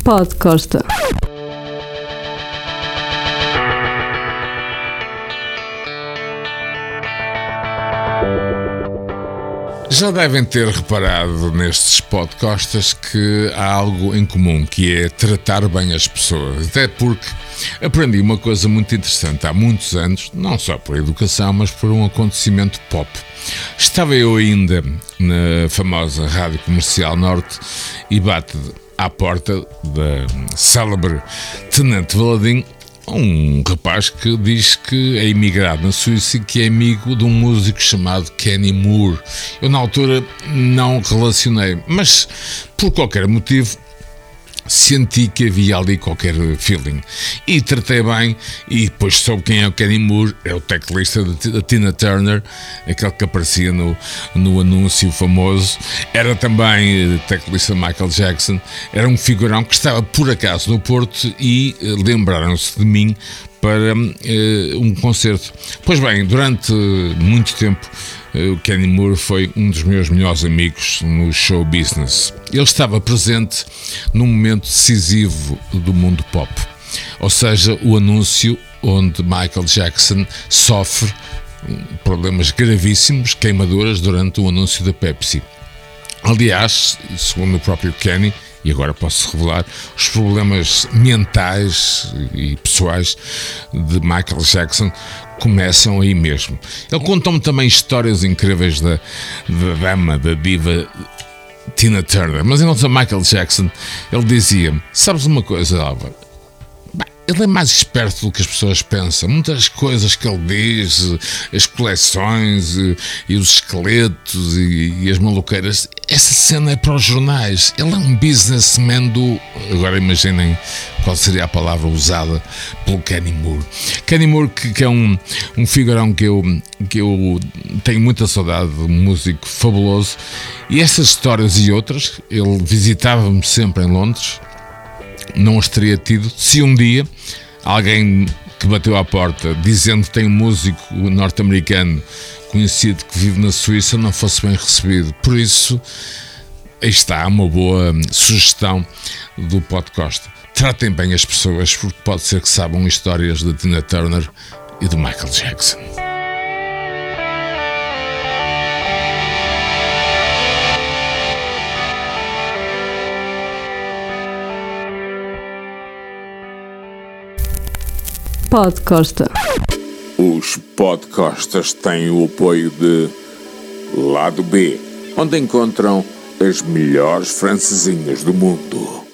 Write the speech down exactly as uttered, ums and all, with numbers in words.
Pod Costa. Já devem ter reparado nestes podcastas que há algo em comum, que é tratar bem as pessoas. Até porque aprendi uma coisa muito interessante há muitos anos, não só por educação, mas por um acontecimento pop. Estava eu ainda na famosa Rádio Comercial Norte e bate à porta da célebre Tenente Valadim um rapaz que diz que é imigrado na Suíça e que é amigo de um músico chamado Kenny Moore. Eu na altura não relacionei, mas por qualquer motivo senti que havia ali qualquer feeling e tratei bem, e depois soube quem é o Kenny Moore. É o teclista da Tina Turner, aquele que aparecia no, no anúncio famoso. Era também teclista de Michael Jackson. Era um figurão que estava por acaso no Porto e lembraram-se de mim para uh, um concerto. Pois bem, durante muito tempo o Kenny Moore foi um dos meus melhores amigos no show business. Ele estava presente num momento decisivo do mundo pop, ou seja, o anúncio onde Michael Jackson sofre problemas gravíssimos, queimaduras, durante o anúncio da Pepsi. Aliás, segundo o próprio Kenny, e agora posso revelar, os problemas mentais e pessoais de Michael Jackson começam aí mesmo. Ele contou-me também histórias incríveis da, da dama, da diva Tina Turner, mas em relação a Michael Jackson, ele dizia-me: sabes uma coisa, Álvaro? Ele é mais esperto do que as pessoas pensam. Muitas coisas que ele diz, as coleções e, e os esqueletos e, e as maluqueiras, essa cena é para os jornais. Ele é um businessman do... Agora imaginem qual seria a palavra usada pelo Kenny Moore. Kenny Moore, que, que é um, um figurão que eu, que eu tenho muita saudade, um músico fabuloso. E essas histórias e outras, ele visitava-me sempre em Londres. Não as teria tido se um dia alguém que bateu à porta dizendo que tem um músico norte-americano conhecido que vive na Suíça não fosse bem recebido. Por isso, aí está uma boa sugestão do podcast. Tratem bem as pessoas, porque pode ser que saibam histórias da Tina Turner e do Michael Jackson. Pod Costa. Os podcastas têm o apoio de Lado B, onde encontram as melhores francesinhas do mundo.